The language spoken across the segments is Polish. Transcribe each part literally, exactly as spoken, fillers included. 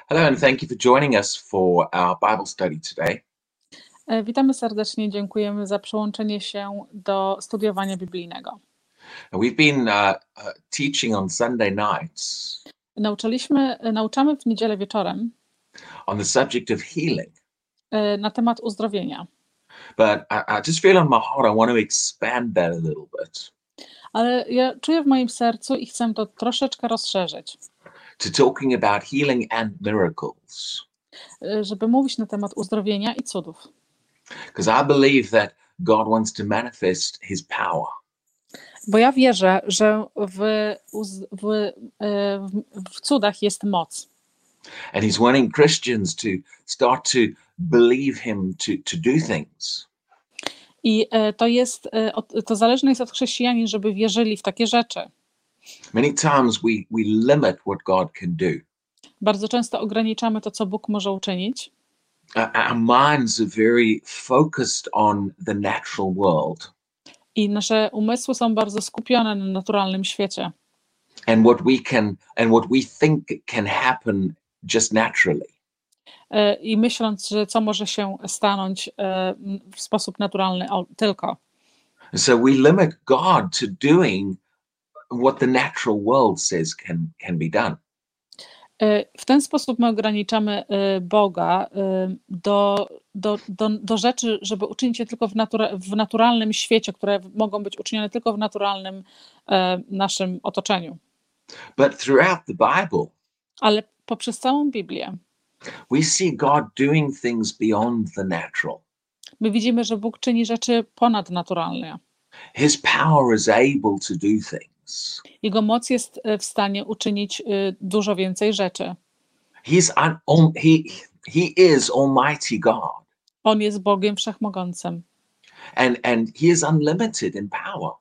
Hello, and thank you for joining us for our Bible study today. E, Witamy serdecznie, dziękujemy za przyłączenie się do studiowania biblijnego. We've been uh, uh, teaching on Sunday nights Nauczyliśmy, e, nauczamy w niedzielę wieczorem on the subject of healing, e, na temat uzdrowienia, but I, I just feel on my heart I want to expand that a little bit ale ja czuję w moim sercu i chcę to troszeczkę rozszerzyć, to talking about healing and miracles, e, żeby mówić na temat uzdrowienia i cudów. because I believe that God wants to manifest His power. Bo ja wierzę, że w, uz- w, e, w, w cudach jest moc. And He's wanting Christians to start to believe Him to, to do things. I e, to jest, e, od- to zależne jest od chrześcijanin, żeby wierzyli w takie rzeczy. Many times we, we limit what God can do. Bardzo często ograniczamy to, co Bóg może uczynić. Our our minds are very focused on the natural world I nasze umysły są bardzo skupione na naturalnym świecie. and what we can and what we think can happen just naturally. E, I myśląc, że co może się stanąć e, w sposób naturalny o, tylko. So we limit God to doing what the natural world says can can be done. E, W ten sposób my ograniczamy e, Boga e, do, do, do, do rzeczy, żeby uczynić je tylko w, natura, w naturalnym świecie, które mogą być uczynione tylko w naturalnym e, naszym otoczeniu. But throughout the Bible, Ale poprzez całą Biblię we see God doing things beyond the natural. my widzimy, że Bóg czyni rzeczy ponadnaturalne. His power is able to do things. Jego moc jest e, w stanie uczynić e, dużo więcej rzeczy. He's un, um, he he is Almighty God, On jest Bogiem Wszechmogącym. and and He is unlimited in power.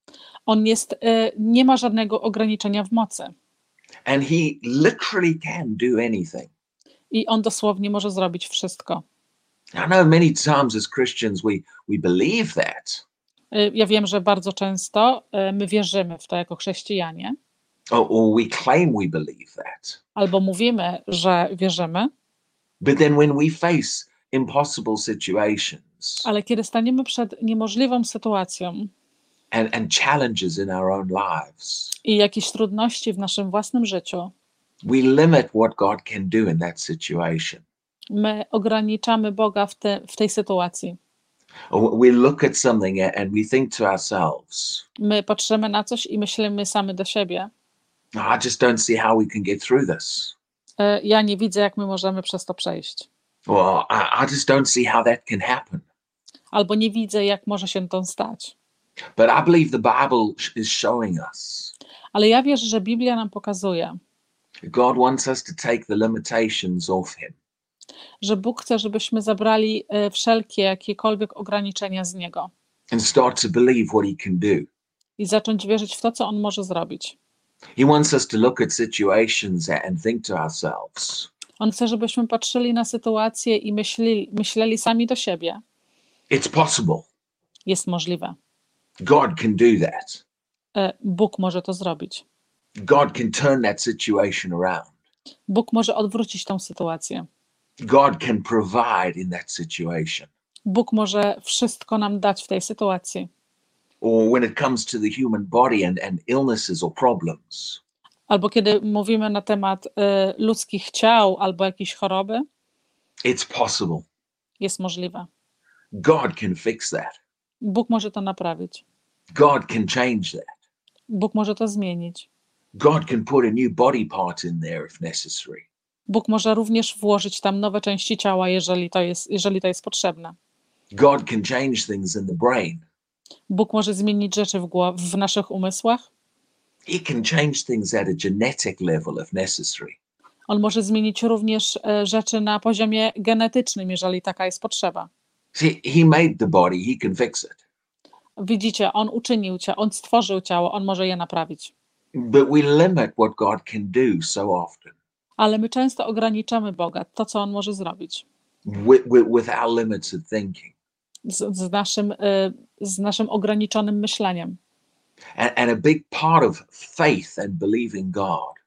On jest, e, nie ma żadnego ograniczenia w mocy. And He literally can do anything. I on dosłownie może zrobić wszystko. I know many times as Christians we we believe that, E, Ja wiem, że bardzo często e, my wierzymy w to jako chrześcijanie, or, or we claim we believe that. albo mówimy, że wierzymy, But then when we face impossible situations ale kiedy staniemy przed niemożliwą sytuacją and, and challenges in our own lives, i jakieś trudności w naszym własnym życiu, we limit what God can do in that situation. my ograniczamy Boga w, te, w tej sytuacji. Or we look at something and we think to ourselves, My patrzymy na coś i myślimy sami do siebie. "No, I just don't see how we can get through this. E, Ja nie widzę, jak my możemy przez to przejść. Or I, I just don't see how that can happen." Albo nie widzę, jak może się to stać. But I believe the Bible sh- is showing us Ale ja wierzę, że Biblia nam pokazuje, God wants us to take the limitations off Him. że Bóg chce, żebyśmy zabrali e, wszelkie, jakiekolwiek ograniczenia z Niego And start to believe what He can do. i zacząć wierzyć w to, co On może zrobić. He wants us to look at situations and think to ourselves, On chce, żebyśmy patrzyli na sytuację i myśleli, myśleli sami do siebie. it's possible. Jest możliwe. God can do that. E, Bóg może to zrobić. God can turn that situation around. Bóg może odwrócić tą sytuację. God can provide in that situation. Bóg może wszystko nam dać w tej sytuacji. Or when it comes to the human body and, and illnesses or problems, Albo kiedy mówimy na temat e, ludzkich ciał albo jakiejś choroby, it's possible. jest możliwe. God can fix that. Bóg może to naprawić. God can change that. Bóg może to zmienić. God can put a new body part in there if necessary. Bóg może również włożyć tam nowe części ciała, jeżeli to jest, jeżeli to jest potrzebne. God can change things in the brain. Bóg może zmienić rzeczy w, głow- w naszych umysłach. He can change things at a genetic level if necessary. On może zmienić również e, rzeczy na poziomie genetycznym, jeżeli taka jest potrzeba. See, He made the body, He can fix it. Widzicie, On uczynił ciało, On stworzył ciało, On może je naprawić. But we limit what God can do so often Ale my często ograniczamy Boga, to co On może zrobić, with, with, with our limits of thinking. z, z, naszym, e, z naszym ograniczonym myśleniem. And, and a big part of faith and believing God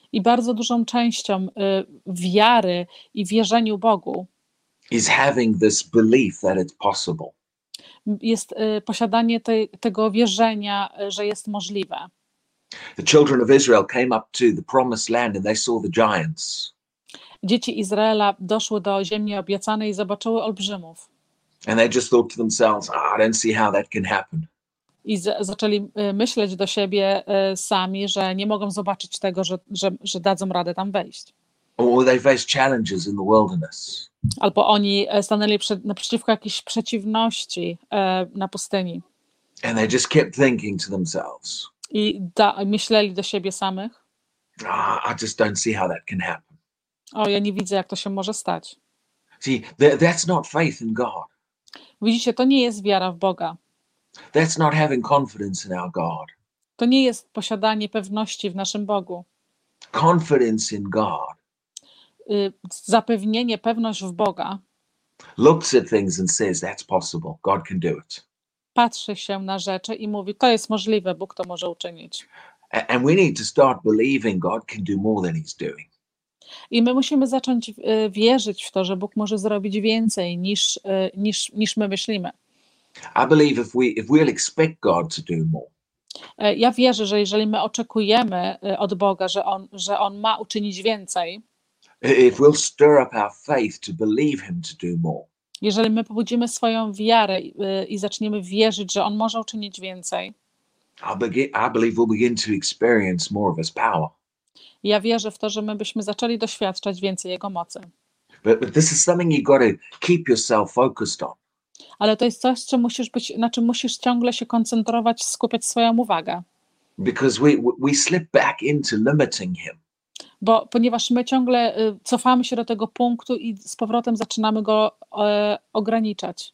I bardzo dużą częścią y, wiary i wierzeniu Bogu is having this belief that it's possible. jest y, posiadanie tej, tego wierzenia, y, że jest możliwe. The children of Israel came up to the promised land and they saw the giants. Dzieci Izraela doszły do ziemi obiecanej i zobaczyły olbrzymów. And they just thought to themselves, oh, I don't see how that can happen. I z, zaczęli y, myśleć do siebie y, sami, że nie mogą zobaczyć tego, że, że, że dadzą radę tam wejść. Or they faced challenges in the wilderness. Albo oni e, stanęli przed, naprzeciwko jakiejś przeciwności e, na pustyni And they just kept thinking to themselves, i da, myśleli do siebie samych: oh, I just don't see how that can happen. o, ja nie widzę, jak to się może stać. See, th- that's not faith in God. Widzicie, to nie jest wiara w Boga. That's not having confidence in our God. To nie jest posiadanie pewności w naszym Bogu. Confidence in God Y, zapewnienie, pewność w Boga looks at things and says, that's possible. God can do it. patrzy się na rzeczy i mówi: to jest możliwe, Bóg to może uczynić. A- And we need to start believing God can do more than he's doing. I my musimy zacząć y, wierzyć w to, że Bóg może zrobić więcej niż, y, niż, niż my myślimy. I believe if we if we'll expect God to do more, E, Ja wierzę, że jeżeli my oczekujemy y, od Boga, że On, że On ma uczynić więcej, i- if we'll stir up our faith to believe him to do more, jeżeli my pobudzimy swoją wiarę y, i zaczniemy wierzyć, że On może uczynić więcej, I, begin, I believe we'll begin to experience more of his power. ja wierzę w to, że my byśmy zaczęli doświadczać więcej Jego mocy. But, but this is something you've got to keep yourself focused on. Ale to jest coś, co musisz być, na czym musisz ciągle się koncentrować, skupiać swoją uwagę. Because we we slip back into limiting him. Bo ponieważ my ciągle y, cofamy się do tego punktu i z powrotem zaczynamy go e, ograniczać.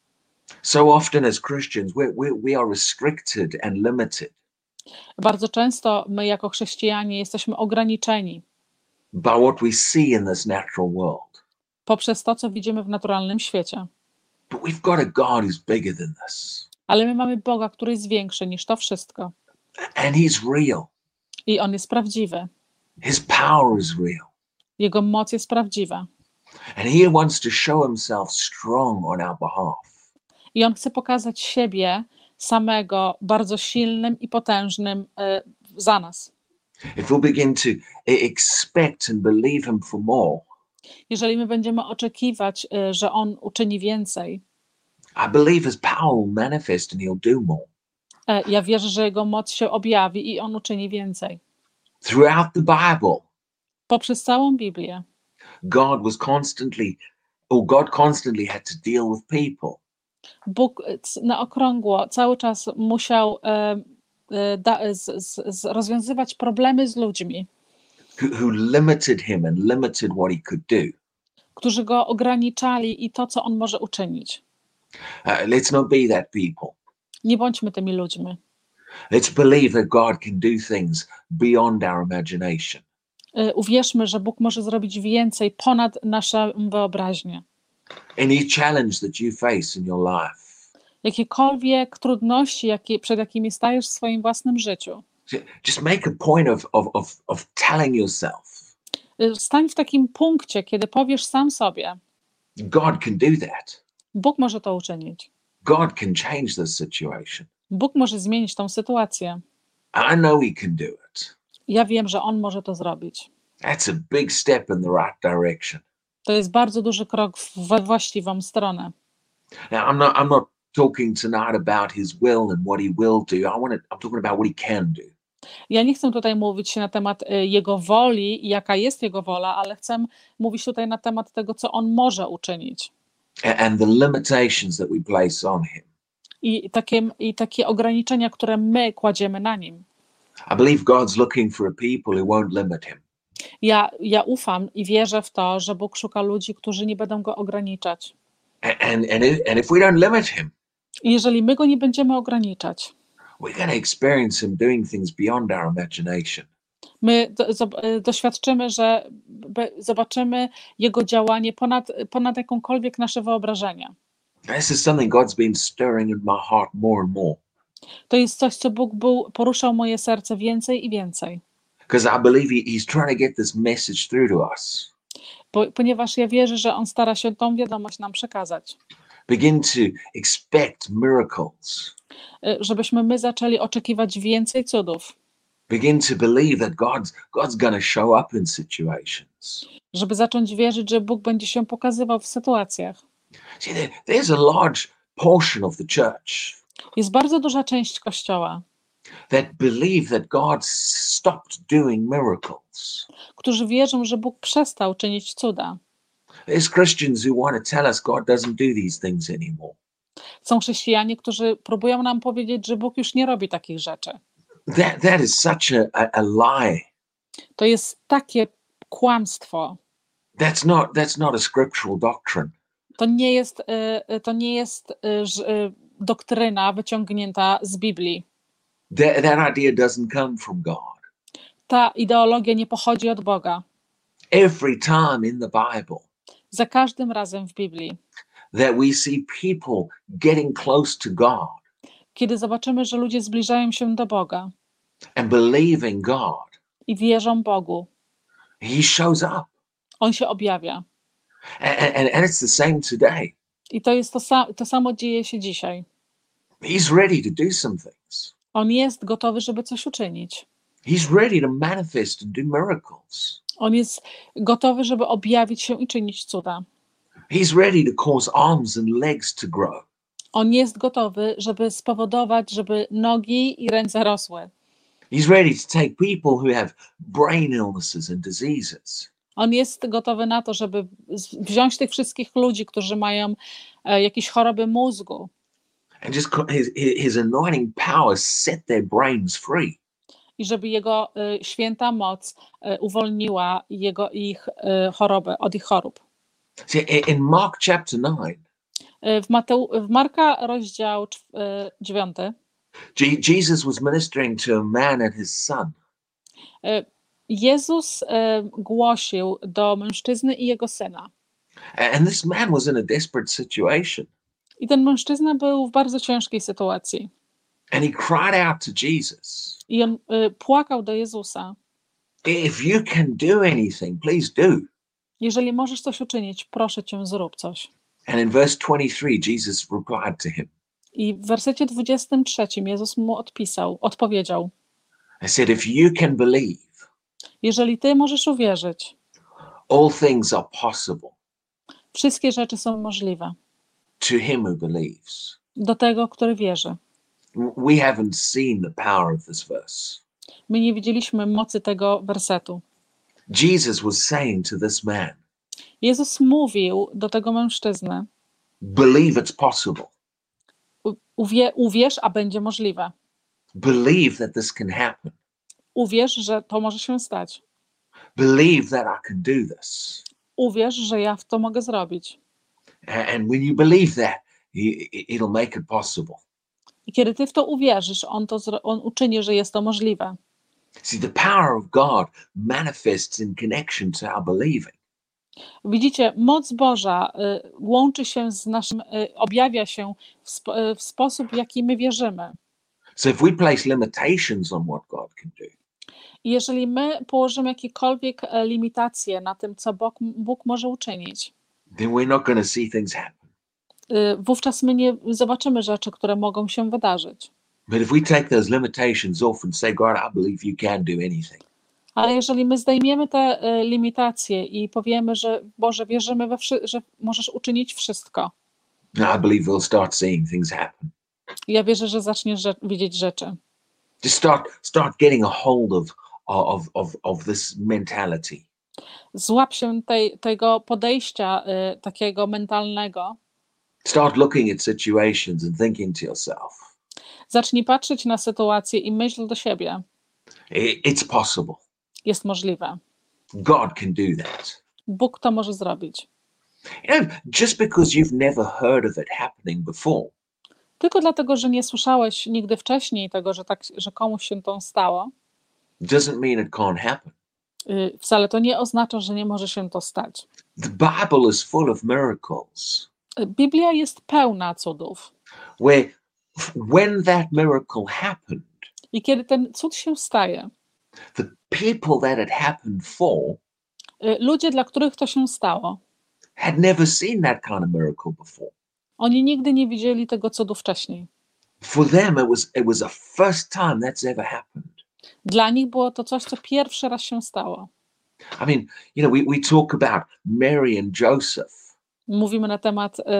So often as Christians, we we we are restricted and limited Bardzo często my jako chrześcijanie jesteśmy ograniczeni by what we see in this natural world. poprzez to, co widzimy w naturalnym świecie. But we've got a God who's bigger than this. Ale my mamy Boga, który jest większy niż to wszystko. And he's real. I On jest prawdziwy. His power is real. Jego moc jest prawdziwa. And he wants to show himself strong on our behalf. I On chce pokazać siebie samego bardzo silnym i potężnym y, za nas. If we'll begin to e- expect and believe him for more, Jeżeli my będziemy oczekiwać, y, że On uczyni więcej, I believe his power will manifest and he'll do more. e, ja wierzę, że Jego moc się objawi i On uczyni więcej. Throughout the Bible, Poprzez całą Biblię God was constantly, or God constantly had to deal with people. Bóg y, c- na okrągło cały czas musiał e, e, da, z, z, z rozwiązywać problemy z ludźmi, Who, who limited him and limited what he could do. którzy Go ograniczali i to, co On może uczynić. Uh, let's not be that people. Nie bądźmy tymi ludźmi. Let's believe that God can do things beyond our imagination. Y, Uwierzmy, że Bóg może zrobić więcej ponad naszą wyobraźnię. Any challenge that you face in your life, Jakiekolwiek trudności, jakie, przed jakimi stajesz w swoim własnym życiu, ju- just make a point of, of, of, of telling yourself, y, stań w takim punkcie, kiedy powiesz sam sobie: God can do that. Bóg może to uczynić. God can change this situation. Bóg może zmienić tą sytuację. I know he can do it. Ja wiem, że On może to zrobić. That's a big step in the right direction. To jest bardzo duży krok we właściwą stronę. Now, I'm not, I'm not talking tonight about his will and what he will do. I want to, I'm talking about what he can do. Ja nie chcę tutaj mówić na temat y, Jego woli i jaka jest Jego wola, ale chcę mówić tutaj na temat tego, co On może uczynić. a- And the limitations that we place on him. I takie, i takie ograniczenia, które my kładziemy na Nim. I believe God's looking for a people who won't limit him. Ja, ja ufam i wierzę w to, że Bóg szuka ludzi, którzy nie będą Go ograniczać. A- And, and, if, and if we don't limit him, I jeżeli my Go nie będziemy ograniczać, we're going to experience him doing things beyond our imagination. my do, zob- y, doświadczymy, że be- zobaczymy Jego działanie ponad, ponad jakąkolwiek nasze wyobrażenia. This is something God's been stirring in my heart more and more. To jest coś, co Bóg był, poruszał moje serce więcej i więcej. because I believe he, he's trying to get this message through to us. Po, ponieważ ja wierzę, że On stara się tą wiadomość nam przekazać. Begin to expect miracles. Y, Żebyśmy my zaczęli oczekiwać więcej cudów. Begin to believe that God's God's going to show up in situations. Żeby zacząć wierzyć, że Bóg będzie się pokazywał w sytuacjach. See, there, there's a large portion of the church Jest bardzo duża część Kościoła, that believe that God stopped doing miracles. którzy wierzą, że Bóg przestał czynić cuda. There's Christians who want to tell us God doesn't do these things anymore. Są chrześcijanie, którzy próbują nam powiedzieć, że Bóg już nie robi takich rzeczy. That that is such a, a, a lie. To jest takie kłamstwo. That's not that's not a scriptural doctrine. To nie jest, y, to nie jest y, ż- y, doktryna wyciągnięta z Biblii. That that idea doesn't come from God. Ta ideologia nie pochodzi od Boga. Every time in the Bible Za każdym razem w Biblii, that we see people getting close to God kiedy zobaczymy, że ludzie zbliżają się do Boga and believing God, i wierzą Bogu, He shows up. On się objawia. And, and, and it's the same today. I to jest to, sa- to samo dzieje się dzisiaj. He's ready to do some things. On jest gotowy, żeby coś uczynić. He's ready to manifest and do miracles. On jest gotowy, żeby objawić się i czynić cuda. He's ready to cause arms and legs to grow. On jest gotowy, żeby spowodować, żeby nogi i ręce rosły. He's ready to take people who have brain illnesses and diseases On jest gotowy na to, żeby z- wziąć tych wszystkich ludzi, którzy mają e, jakieś choroby mózgu and just co- his, his anointing power set their brains free. i żeby Jego e, święta moc e, uwolniła jego, ich e, chorobę, od ich chorób. See, in in Mark chapter nine, E, W, Mateu- w Marka rozdział czw- e, dziewiąty Je- Jesus was ministering to a man and his son. e, Jezus e, głosił do mężczyzny i jego syna. And this man was in a desperate situation. I ten mężczyzna był w bardzo ciężkiej sytuacji. And he cried out to Jesus, I on y, płakał do Jezusa. if you can do anything, please do. Jeżeli możesz coś uczynić, proszę cię, zrób coś. And in verse twenty-three, Jesus replied to him. I w wersecie dwudziestym trzecim Jezus mu odpisał, odpowiedział: I said, if you can believe, jeżeli ty możesz uwierzyć, all things are possible wszystkie rzeczy są możliwe to him who believes. do tego, który wierzy. We haven't seen the power of this verse. My nie widzieliśmy mocy tego wersetu. Jesus was saying to this man, Jezus mówił do tego mężczyzny: believe it's possible. "U- uwie, uwierz, a będzie możliwe. Believe that this can happen. Uwierz, że to może się stać. Believe that I can do this. Uwierz, że ja w to mogę zrobić. A- And when you believe that, he- it'll make it possible. I kiedy ty w to uwierzysz, on, to, zro- on uczyni, że jest to możliwe. See, the power of God manifests in connection to our believing. Widzicie, moc Boża y, łączy się z naszym, y, objawia się w, sp- y, w sposób, w jaki my wierzymy. So if we place limitations on what God can do, I jeżeli my położymy jakiekolwiek e, limitacje na tym, co Bóg, Bóg może uczynić, then we're not going to see things happen. y, wówczas my nie zobaczymy rzeczy, które mogą się wydarzyć. But if we take those limitations off and say, God, I believe you can do anything, Ale jeżeli my zdejmiemy te y, limitacje i powiemy, że Boże, wierzymy, we wszy- że możesz uczynić wszystko, I believe we'll start seeing things happen. ja wierzę, że zaczniesz rze- widzieć rzeczy. Just start start getting a hold of of of of this mentality. Złap się tej, tego podejścia y, takiego mentalnego. Start looking at situations and thinking to yourself, Zacznij patrzeć na sytuację i myśl do siebie. "I- it's possible. Jest możliwe. God can do that. Bóg to może zrobić. You know, just because you've never heard of it happening before, Tylko dlatego, że nie słyszałeś nigdy wcześniej tego, że, tak, że komuś się to stało, doesn't mean it can't happen. y, wcale to nie oznacza, że nie może się to stać. The Bible is full of miracles Y, Biblia jest pełna cudów. where when that miracle happened, I kiedy ten cud się staje, The people that it happened for Y, Ludzie, dla których to się stało, had never seen that kind of miracle before. oni nigdy nie widzieli tego cudu wcześniej. For them, it was it was a first time that's ever happened. Dla nich było to coś, co pierwszy raz się stało. I mean, you know, we, we talk about Mary and Joseph Mówimy na temat y,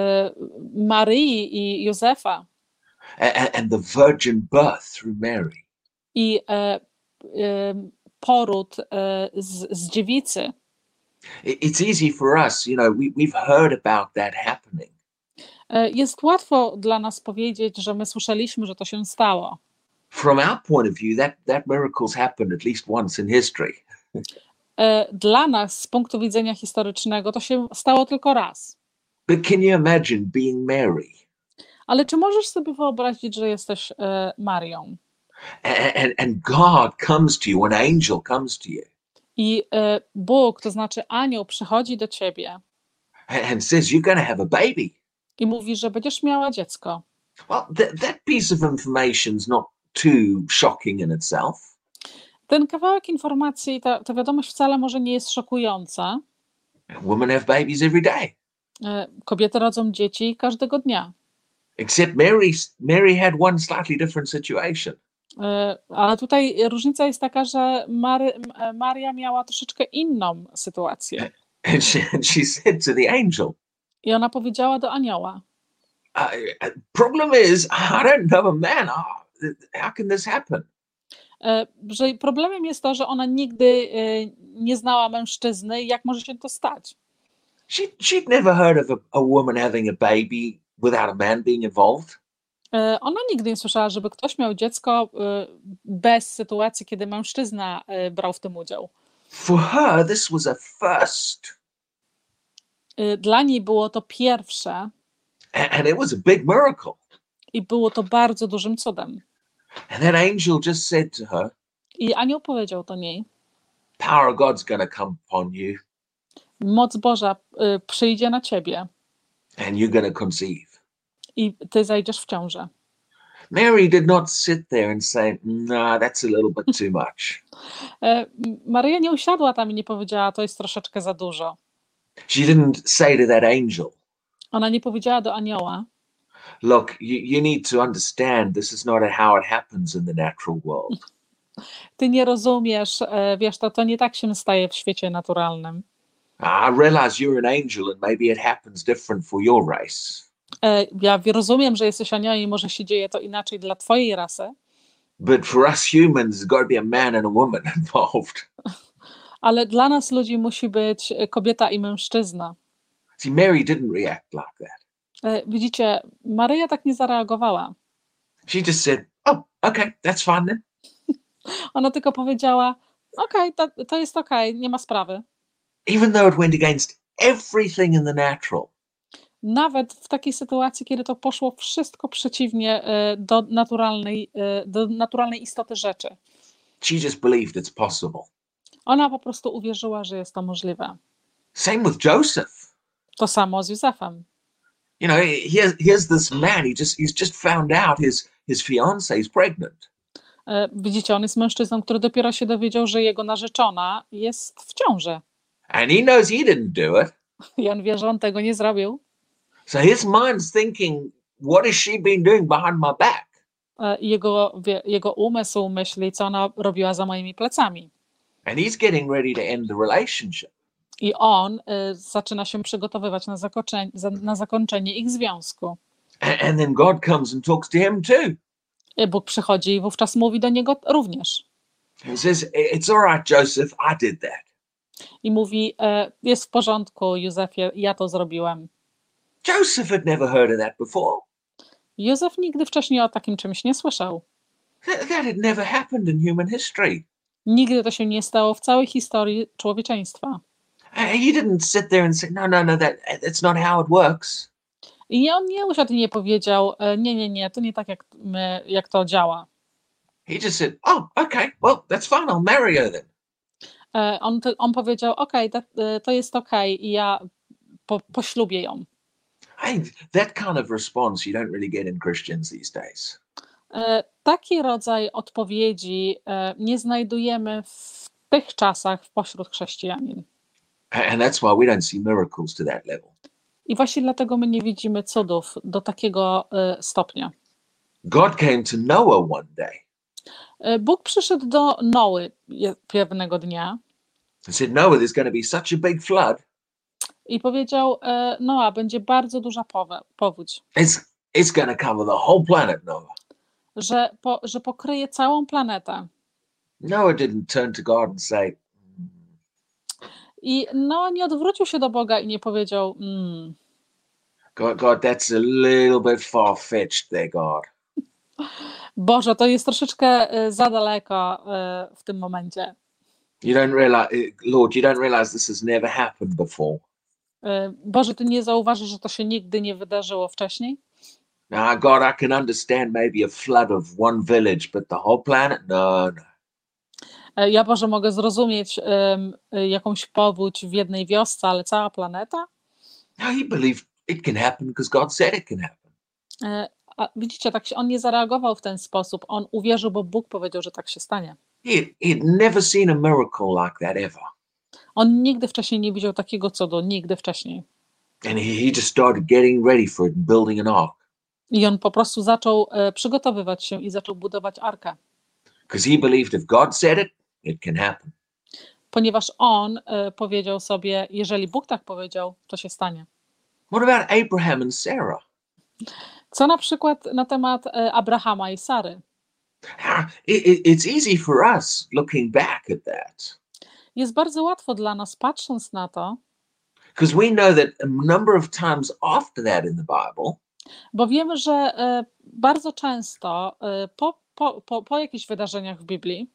Maryi i Józefa and, and the virgin birth through Mary. i e, y, poród e, z, z dziewicy. It- It's easy for us, you know, we, we've heard about that happening. E, Jest łatwo dla nas powiedzieć, że my słyszeliśmy, że to się stało. From our point of view, that, that miracle's happened at least once in history. E, Dla nas, z punktu widzenia historycznego, to się stało tylko raz. But can you imagine being Mary Ale czy możesz sobie wyobrazić, że jesteś e, Marią and, and, and God comes to you, an angel comes to you i e, Bóg, to znaczy anioł, przychodzi do ciebie and, and says, you're going to have a baby? i mówi, że będziesz miała dziecko? Well, that, that piece of information's not too shocking in itself. Ten kawałek informacji, ta, ta wiadomość wcale może nie jest szokująca. Women have babies every day. E, Kobiety rodzą dzieci każdego dnia. Except Mary, Mary had one slightly different situation. E, Ale tutaj różnica jest taka, że Mary, M- Maria miała troszeczkę inną sytuację. And she, and she said to the angel, I ona powiedziała do anioła: uh, problem is, I don't know a man. Oh, how can this happen? e, że problemem jest to, że ona nigdy e, nie znała mężczyzny i jak może się to stać. She, she'd never heard of a, a woman having a baby without a man being involved. E, Ona nigdy nie słyszała, żeby ktoś miał dziecko e, bez sytuacji, kiedy mężczyzna e, brał w tym udział. For her, this was a first. E, Dla niej było to pierwsze A- And it was a big miracle. i było to bardzo dużym cudem. And that angel just said to her, I anioł powiedział do niej: power of God's going to come upon you moc Boża e, przyjdzie na ciebie and you're going to conceive. i ty zajdziesz w ciążę. Mary did not sit there and say, no, that's a little bit too much. E, M- Maryja nie usiadła tam i nie powiedziała: to jest troszeczkę za dużo. She didn't say to that angel, Ona nie powiedziała do anioła: look, you, you need to understand this is not how it happens in the natural world. ty nie rozumiesz, e, wiesz, to, to nie tak się staje w świecie naturalnym. I realize you're an angel and maybe it happens different for your race. E, Ja wie- rozumiem, że jesteś aniołem i może się dzieje to inaczej dla twojej rasy, But for us humans, there's got to be a man and a woman involved. ale dla nas ludzi musi być e, kobieta i mężczyzna. See, Mary didn't react like that. E, Widzicie, Maryja tak nie zareagowała. She just said, oh, okay, that's fine then. Ona tylko powiedziała: okej, to, to jest okej, nie ma sprawy. Even though it went against everything in the natural. Nawet w takiej sytuacji, kiedy to poszło wszystko przeciwnie e, do naturalnej, e, do naturalnej istoty rzeczy. She just believed it's possible. Ona po prostu uwierzyła, że jest to możliwe. Same with Joseph. To samo z Józefem. You know, here's, here's this man, he just he's just found out his, his fiancée is pregnant. E, Widzicie, on jest mężczyzną, który dopiero się dowiedział, że jego narzeczona jest w ciąży. And he knows he didn't do it. I on wie, że on tego nie zrobił. So his mind's thinking, what has she been doing behind my back? E, I jego, wie, jego umysł myśli, co ona robiła za moimi plecami. And he's getting ready to end the relationship. I on e, zaczyna się przygotowywać na zakończenie, na zakończenie ich związku. And, and then God comes and talks to him too. I Bóg przychodzi i wówczas mówi do niego również. He says, it's all right, Joseph, I did that. I mówi: e, jest w porządku, Józefie, ja to zrobiłem. Joseph had never heard of that before. Józef nigdy wcześniej o takim czymś nie słyszał. That, that had never happened in human history. Nigdy to się nie stało w całej historii człowieczeństwa. Uh, He didn't sit there and say, no, no, no, that, that's not how it works. I on nie usiadł i nie powiedział: e, nie, nie, nie, to nie tak, jak, my, jak to działa. He just said, oh, okay, well, that's fine, I'll marry her then. E, on, te- on powiedział: okej, to, e, to jest okej i ja po, poślubię ją. Hey, that kind of response you don't really get in Christians these days. E, Taki rodzaj odpowiedzi e, nie znajdujemy w tych czasach pośród chrześcijanin. And that's why we don't see miracles to that level. I właśnie dlatego my nie widzimy cudów do takiego e, stopnia. God came to Noah one day E, Bóg przyszedł do Noły je- pewnego dnia and said, Noah, there's going to be such a big flood. i powiedział: e, Noa, będzie bardzo duża powe- powódź, It's, it's going to cover the whole planet, Noah. że, po, że pokryje całą planetę. Noah didn't turn to God and say, I Noa nie odwrócił się do Boga i nie powiedział: mm, God, God, that's a little bit far-fetched there, God. Boże, to jest troszeczkę e, za daleko e, w tym momencie. You don't realize, Lord, you don't realize this has never happened before. E, Boże, Ty nie zauważysz, że to się nigdy nie wydarzyło wcześniej? Now, God, I can understand maybe a flood of one village, but the whole planet? No, no. E, Ja, Boże, mogę zrozumieć em, e, jakąś powódź w jednej wiosce, ale cała planeta? No, he believed it can happen because God said it can happen. E, A widzicie, tak się on nie zareagował w ten sposób. On uwierzył, bo Bóg powiedział, że tak się stanie. He, he had never seen a miracle like that ever. On nigdy wcześniej nie widział takiego cudu, nigdy wcześniej. And he, he just started getting ready for it and building an ark I on po prostu zaczął e, przygotowywać się i zaczął budować arkę, because he believed if God said it, it can happen. ponieważ on e, powiedział sobie: jeżeli Bóg tak powiedział, to się stanie. What about Abraham and Sarah? Co na przykład na temat e, Abrahama i Sary? How- it- it- it's easy for us looking back at that Jest bardzo łatwo dla nas, patrząc na to, because we know that a number of times after that in the Bible, bo wiemy, że e, bardzo często e, po, po, po, po jakichś wydarzeniach w Biblii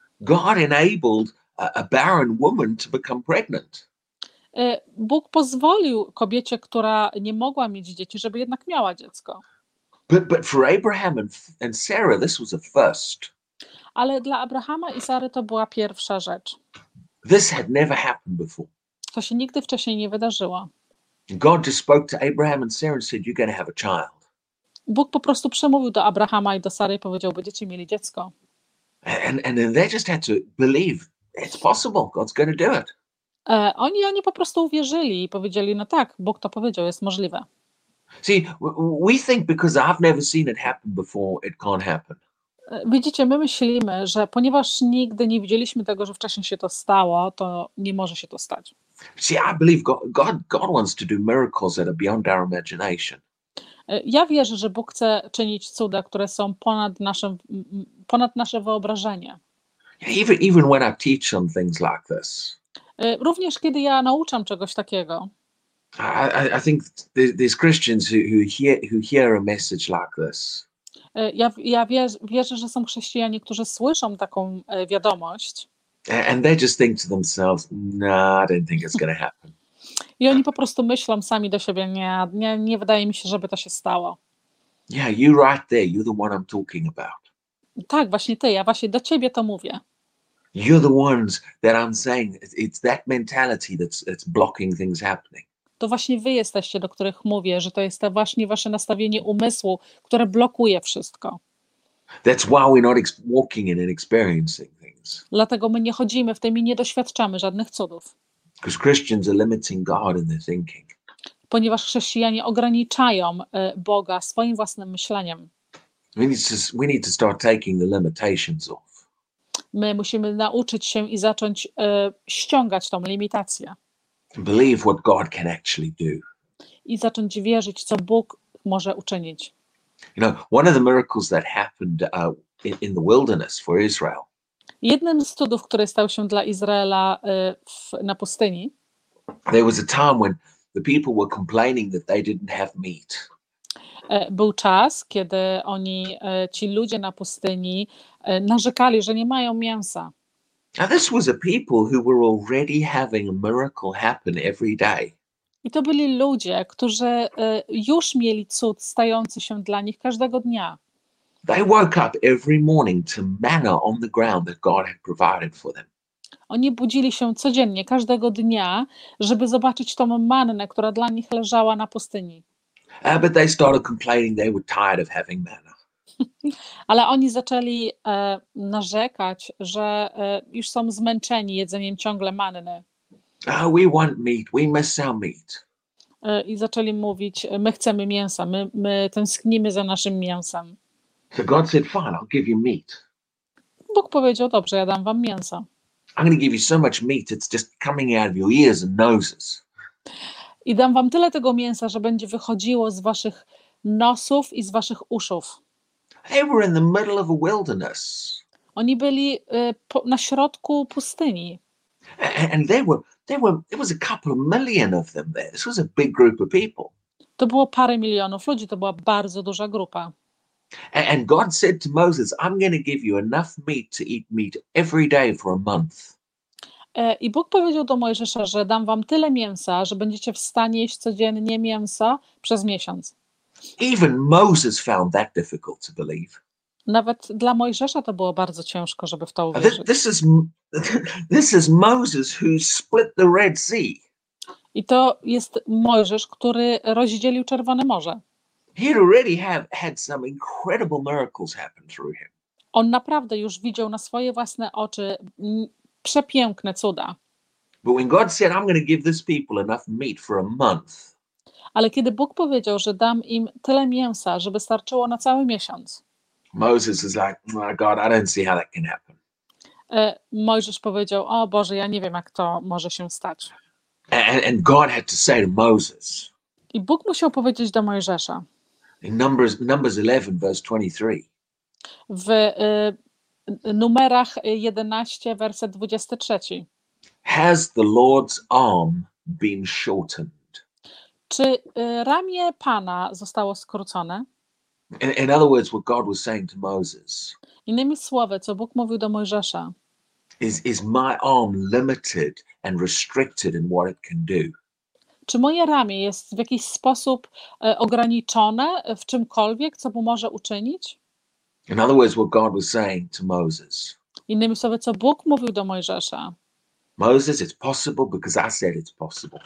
God enabled a, a barren woman to become pregnant. e, Bóg pozwolił kobiecie, która nie mogła mieć dzieci, żeby jednak miała dziecko. But but for Abraham and, and Sarah, this was a first. Ale dla Abrahama i Sary to była pierwsza rzecz. This had never happened before. To się nigdy wcześniej nie wydarzyło. God just spoke to Abraham and Sarah and said, "You're going to have a child." Bóg po prostu przemówił do Abrahama i do Sary i powiedział: będziecie mieli dziecko. And and then they just had to believe it's possible. God's going to do it. E, oni, oni po prostu uwierzyli i powiedzieli: no tak, Bóg to powiedział, jest możliwe. See, w- we think because I've never seen it happen before, it can't happen. E, Widzicie, my myślimy, że ponieważ nigdy nie widzieliśmy tego, że wcześniej się to stało, to nie może się to stać. See, I believe God, God, God wants to do miracles that are beyond our imagination. E, Ja wierzę, że Bóg chce czynić cuda, które są ponad nasze, m- m- ponad nasze wyobrażenie. Even even when I teach on things like this, E, Również kiedy ja nauczam czegoś takiego, I, I, I think there- there's Christians who, who hear who hear a message like this, e, ja, ja wierzę, wierzę, że są chrześcijanie, którzy słyszą taką e, wiadomość a- and they just think to themselves, "No, I don't think it's going to happen." i oni po prostu myślą sami do siebie: nie, nie, nie wydaje mi się, żeby to się stało. Yeah, you right there. You're the one I'm talking about. Tak, właśnie ty, ja właśnie do ciebie to mówię. You're the ones that I'm saying. It's, it's that mentality that's that's blocking things happening. To właśnie wy jesteście, do których mówię, że to jest to właśnie wasze nastawienie umysłu, które blokuje wszystko. That's why we're not ex- walking in and experiencing things, Dlatego my nie chodzimy w tym i nie doświadczamy żadnych cudów, because Christians are limiting God in their thinking. ponieważ chrześcijanie ograniczają e, Boga swoim własnym myśleniem. We need to we need to start taking the limitations off. My musimy nauczyć się i zacząć e, ściągać tą limitację Believe what God can actually do. i zacząć wierzyć, co Bóg może uczynić. You know, one of the miracles that happened uh, in, in the wilderness for Israel Jednym z cudów, który stał się dla Izraela e, w, na pustyni, there was a time when the people were complaining that they didn't have meat. e, był czas, kiedy oni, e, ci ludzie na pustyni, e, narzekali, że nie mają mięsa. Now, this was a people who were already having a miracle happen every day. I to byli ludzie, którzy e, już mieli cud stający się dla nich każdego dnia. They woke up every morning to manna on the ground that God had provided for them. Oni budzili się codziennie, każdego dnia, żeby zobaczyć tą mannę, która dla nich leżała na pustyni. Uh, but they started complaining they were tired of having manna. Ale oni zaczęli e, narzekać, że e, już są zmęczeni jedzeniem ciągle manny. Oh, we want meat. We miss our meat. E, I zaczęli mówić, my chcemy mięsa, my, my tęsknimy za naszym mięsem. So God said, fine, I'll give you meat. Bóg powiedział, dobrze, ja dam wam mięsa. I'm going to give you so much meat, it's just coming out of your ears and noses. I dam wam tyle tego mięsa, że będzie wychodziło z waszych nosów i z waszych uszów. They were in the middle of a wilderness. Oni byli y, po, na środku pustyni. And, and they were, they were, there was a couple of million of them there. This was a big group of people. To było parę milionów ludzi, to była bardzo duża grupa. And, and God said to Moses, I'm going to give you enough meat to eat meat every day for a month. I Bóg powiedział do Mojżesza, że dam wam tyle mięsa, że będziecie w stanie jeść codziennie mięso przez miesiąc. Even Moses found that difficult to believe. Nawet dla Mojżesza to było bardzo ciężko, żeby w to This, uwierzyć. this is this is Moses who split the Red Sea. I to jest Mojżesz, który rozdzielił Czerwone Morze. He'd already have had some incredible miracles happen through him. On naprawdę już widział na swoje własne oczy mm, przepiękne cuda. But when God said, I'm going to give this people enough meat for a month, Ale kiedy Bóg powiedział, że dam im tyle mięsa, żeby starczyło na cały miesiąc, Moses is like, oh God, I don't see how that can happen. e, Mojżesz powiedział, o Boże, ja nie wiem, jak to może się stać. And, and God had to say to Moses, I Bóg musiał powiedzieć do Mojżesza in Numbers, Numbers eleven, verse twenty-three, w y, numerach jedenaście, werset dwudziesty trzeci. has the Lord's arm been shortened? Czy y, ramię Pana zostało skrócone? In, in other words, what God was saying to Moses Innymi słowy, co Bóg mówił do Mojżesza, is, is my arm limited and restricted in what it can do? czy moje ramię jest w jakiś sposób e, ograniczone w czymkolwiek, co mu może uczynić? In other words, what God was saying to Moses, Innymi słowy, co Bóg mówił do Mojżesza. Moses, it's possible because I said it's possible.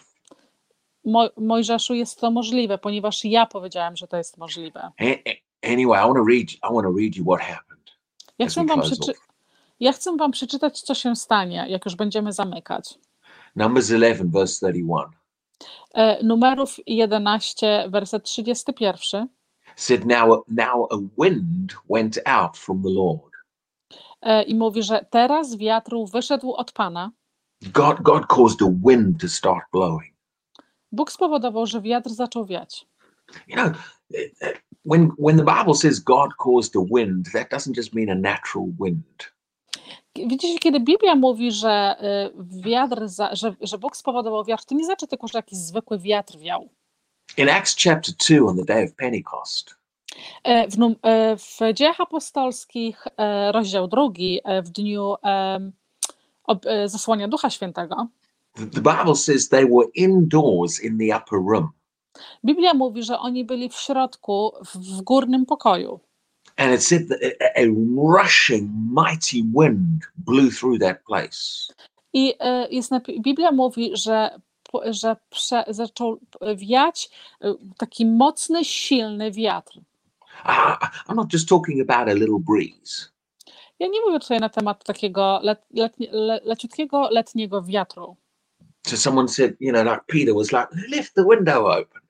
Mo, Mojżeszu, jest to możliwe, ponieważ ja powiedziałem, że to jest możliwe. A- a- Anyway, I want to read. I want to read you what happened. Ja as chcę, we wam close przeczy- off. ja chcę wam przeczytać, co się stanie, jak już będziemy zamykać. Numbers eleven, verse thirty-one E, numerów jedenaście, werset trzydziesty pierwszy. said, "Now, now a wind went out from the Lord." E, I mówi, że teraz wiatr wyszedł od Pana. God, God caused a wind to start blowing. Bóg spowodował, że wiatr zaczął wiać. You know, uh, uh, when when the Bible says God caused a wind, that doesn't just mean a natural wind. Widzicie, kiedy Biblia mówi, że y, wiatr, za, że, że Bóg spowodował wiatr, to nie znaczy tylko, że jakiś zwykły wiatr wiał. In Acts chapter two, on the day of Pentecost, E, W, num- e, w Dziejach Apostolskich, e, rozdział drugi, e, w dniu e, ob- e, zesłania Ducha Świętego, the, the Bible says they were indoors in the upper room. Biblia mówi, że oni byli w środku, w, w górnym pokoju. And it said that a, a rushing, mighty wind blew through that place. I e, jest napi- Biblia mówi, że, po- że prze, zaczął wiać e, taki mocny, silny wiatr. I, I'm not just talking about a little breeze. Ja nie mówię tutaj na temat takiego let, letnie, le, leciutkiego letniego wiatru. So someone said, you know, like Peter was like, left the window open.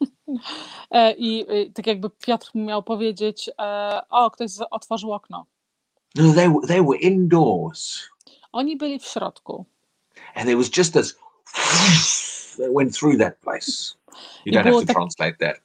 E, I e, tak jakby Piotr miał powiedzieć, e, o, ktoś z- otworzył okno. No, they were, they were indoors. Oni byli w środku. And there was just this that went through that place. You I don't have było to tak- translate that.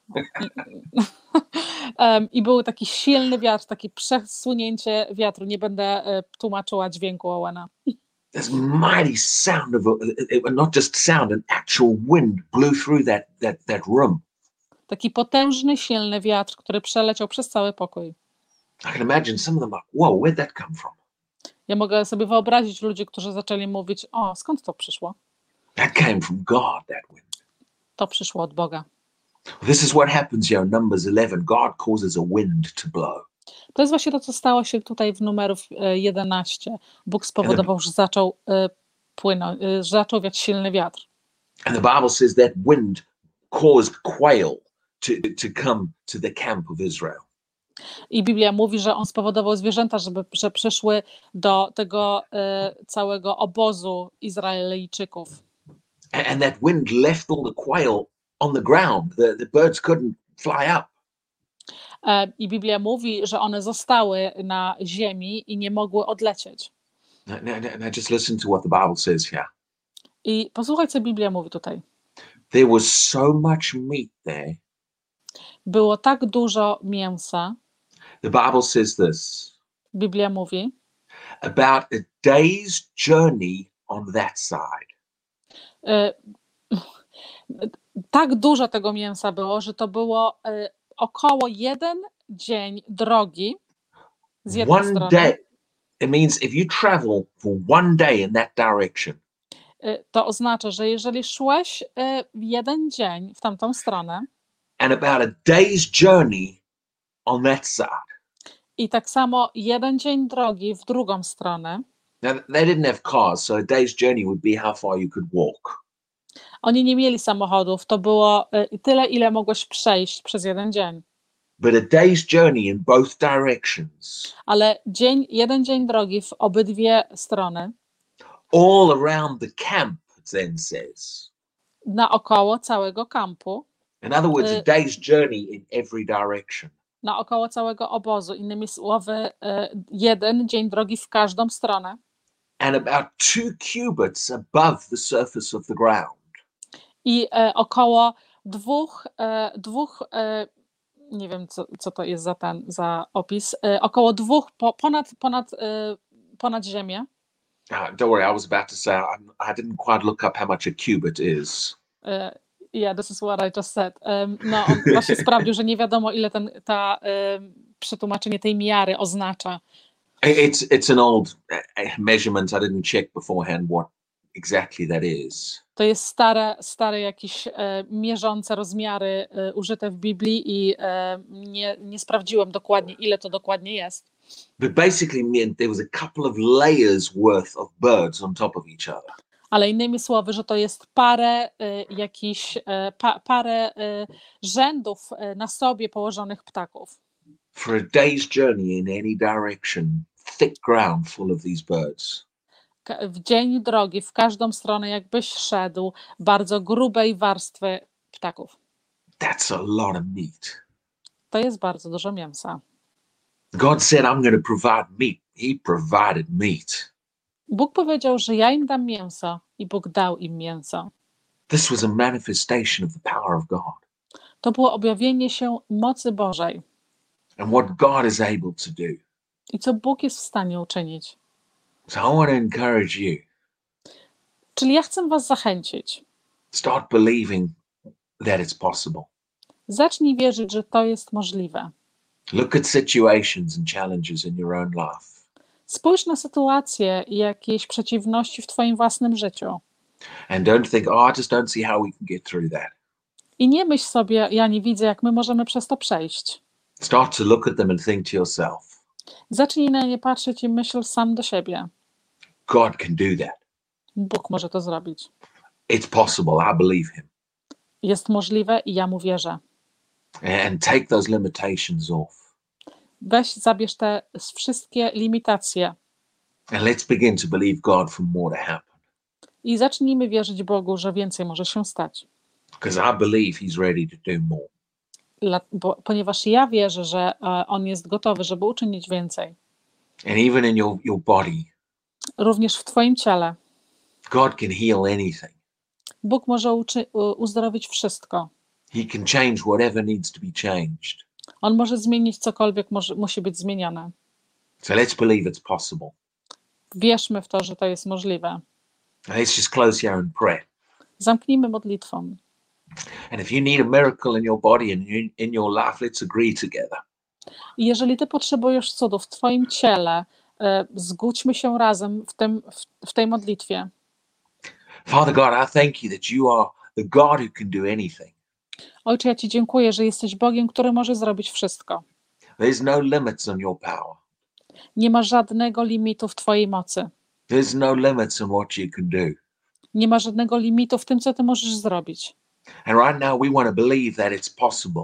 Em, I był taki silny wiatr, takie przesunięcie wiatru. Nie będę e, tłumaczyła dźwięku Owena. This mighty sound of, a, not just sound, an actual wind blew through that, that, that room. Taki potężny, silny wiatr, który przeleciał przez cały pokój. I can imagine some of them like, whoa, where'd that come from? Ja mogę sobie wyobrazić ludzi, którzy zaczęli mówić, o, skąd to przyszło? That came from God, that wind. To przyszło od Boga. This is what happens here in Numbers eleven. God causes a wind to blow. To jest właśnie to, co stało się tutaj w numerów e, jedenaście. Bóg spowodował, że zaczął e, płynąć, e, że zaczął wiać silny wiatr. And the Bible says that wind caused quail to, to come to the camp of Israel. I Biblia mówi, że on spowodował zwierzęta, żeby, że przyszły do tego e, całego obozu Izraelejczyków. And that wind left all the quail on the ground. The, the birds couldn't fly up. E, I Biblia mówi, że one zostały na ziemi i nie mogły odlecieć. Now, now, now just listen to what the Bible says here. I posłuchaj, co Biblia mówi tutaj. There was so much meat there. Było tak dużo mięsa. The Bible says this. Biblia mówi, About a day's journey on that side. e, tak dużo tego mięsa było, że to było e, około jeden dzień drogi z jednej One strony. day. It means if you travel for one day in that direction. E, to oznacza, że jeżeli szłeś e, jeden dzień w tamtą stronę. And about a day's journey on that side. I tak samo jeden dzień drogi w drugą stronę. Now, they didn't have cars, so a day's journey would be how far you could walk. Oni nie mieli samochodów, to było y, tyle, ile mogłeś przejść przez jeden dzień. But a day's journey in both directions. Ale dzień, jeden dzień drogi w obydwie strony. All around the camp, it then says. Naokoło całego kampu. In other words, Y- a day's journey in every direction. Naokoło całego obozu. Innymi słowy, y, jeden dzień drogi w każdą stronę. And about two cubits above the surface of the ground. I y, około dwóch, y, dwóch y, nie wiem, co, co to jest za ten, za opis, y, około dwóch, po, ponad, ponad, y, ponad ziemię. Uh, don't worry, I was about to say, I'm, I didn't quite look up how much a cubit is. Y, yeah, this is what I just said. Um, no, on właśnie sprawdził, że nie wiadomo, ile ten, ta um, przetłumaczenie tej miary oznacza. It's it's an old measurement. I didn't check beforehand what exactly that is. To jest stare, stare jakieś e, mierzące rozmiary e, użyte w Biblii i e, nie, nie sprawdziłem dokładnie, ile to dokładnie jest. But basically meant there was a couple of layers worth of birds on top of each other. Ale innymi słowy, że to jest parę e, jakichś, e, pa, parę e, rzędów e, na sobie położonych ptaków. For a day's journey in any direction, thick ground full of these birds. Ka- W dzień drogi, w każdą stronę jakbyś szedł, bardzo grubej warstwy ptaków. That's a lot of meat. To jest bardzo dużo mięsa. God said, I'm going to provide meat. He provided meat. Bóg powiedział, że ja im dam mięso i Bóg dał im mięso. This was a manifestation of the power of God To było objawienie się mocy Bożej and what God is able to do. i co Bóg jest w stanie uczynić. So I want to encourage you. Czyli ja chcę was zachęcić. Start believing that it's possible. Zacznij wierzyć, że to jest możliwe. Look at situations and challenges in your own life. Spójrz na sytuacje i jakieś przeciwności w twoim własnym życiu. And don't think, oh, I just don't see how we can get through that. I nie myśl sobie, ja nie widzę, jak my możemy przez to przejść. Start to look at them and think to yourself, Zacznij na nie patrzeć i myśl sam do siebie. God can do that. Bóg może to zrobić. It's possible. I believe him. Jest możliwe i ja mu wierzę. And take those limitations off. Weź, zabierz te wszystkie limitacje And let's begin to believe God for more to happen. i zacznijmy wierzyć Bogu, że więcej może się stać. Because I believe he's ready to do more. Dla, bo, ponieważ ja wierzę, że e, On jest gotowy, żeby uczynić więcej. And even in your, your body, Również w twoim ciele. God can heal anything. Bóg może uczy, u- uzdrowić wszystko. He can change whatever needs to be changed. On może zmienić cokolwiek może, musi być zmienione. So let's believe it's possible. Wierzmy w to, że to jest możliwe. And let's just close here and pray. Zamknijmy modlitwą. And if you need a miracle in your body and in, in your life, let's agree together. I jeżeli ty potrzebujesz cudu w twoim ciele, e, zgódźmy się razem w, tym, w, w tej modlitwie. Father God, I thank you that you are the God who can do anything. Ojcze, ja ci dziękuję, że jesteś Bogiem, który może zrobić wszystko. There's no limits on your power. Nie ma żadnego limitu w twojej mocy. There's no limits on what you can do. Nie ma żadnego limitu w tym, co ty możesz zrobić. And right now we want to believe that it's possible.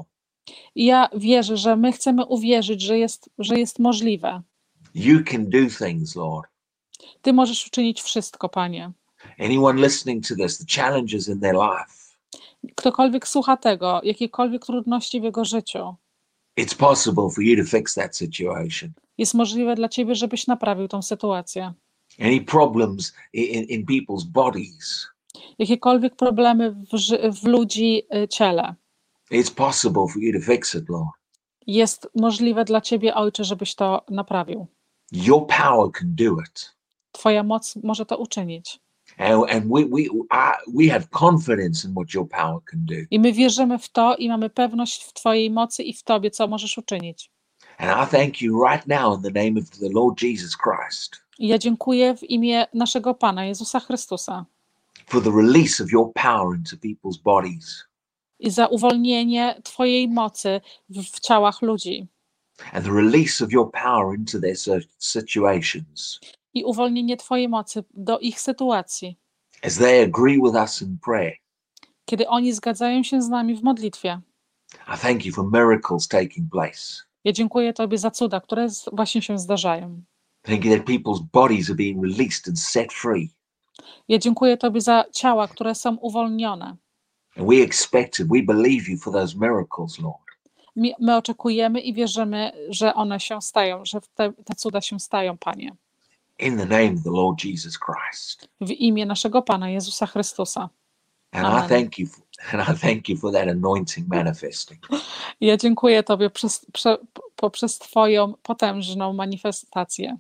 I ja wierzę, że my chcemy uwierzyć, że jest, że jest możliwe. You can do things, Lord. Ty możesz uczynić wszystko, Panie. Anyone listening to this, the challenges in their life, Ktokolwiek słucha tego, jakiekolwiek trudności w jego życiu, it's possible for you to fix that situation. jest możliwe dla Ciebie, żebyś naprawił tą sytuację. Any problems in, in people's bodies, Jakiekolwiek problemy w, ży- w ludzi y, ciele, it's possible for you to fix it, Lord. jest możliwe dla Ciebie, Ojcze, żebyś to naprawił. Your power can do it. Twoja moc może to uczynić. And, and we, we, I, we have confidence in what your power can do. I my wierzymy w to i mamy pewność w Twojej mocy i w Tobie, co możesz uczynić. And I thank you right now in the name of the Lord Jesus Christ I ja dziękuję w imię naszego Pana Jezusa Chrystusa for the release of your power into people's bodies i za uwolnienie Twojej mocy w, w ciałach ludzi and the release of your power into their si- situations i uwolnienie Twojej mocy do ich sytuacji, as they agree with us in prayer. kiedy oni zgadzają się z nami w modlitwie. I thank you for miracles taking place. Ja dziękuję Tobie za cuda, które z- właśnie się zdarzają. Thank you that people's bodies are being released and set free. Ja dziękuję Tobie za ciała, które są uwolnione. And we expect it. We believe you for those miracles, Lord. My, my oczekujemy i wierzymy, że one się stają, że te, te cuda się stają, Panie. In the name of the Lord Jesus Christ. W imię naszego Pana Jezusa Chrystusa. And Amen. I thank you for, and I thank you for that anointing manifesting. I ja dziękuję Tobie przez, prze, poprzez Twoją potężną manifestację.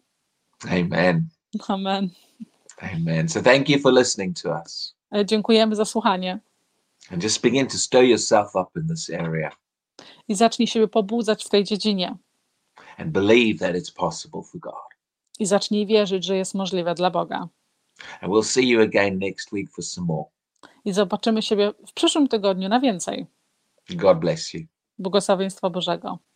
Amen. Amen. Amen. So thank you for listening to us. E, Dziękujemy za słuchanie. And just begin to stir yourself up in this area I zacznij siebie pobudzać w tej dziedzinie. and believe that it's possible for God. I zacznij wierzyć, że jest możliwe dla Boga. And we'll see you again next week for some more. I zobaczymy siebie w przyszłym tygodniu na więcej. God bless you. Błogosławieństwa Bożego.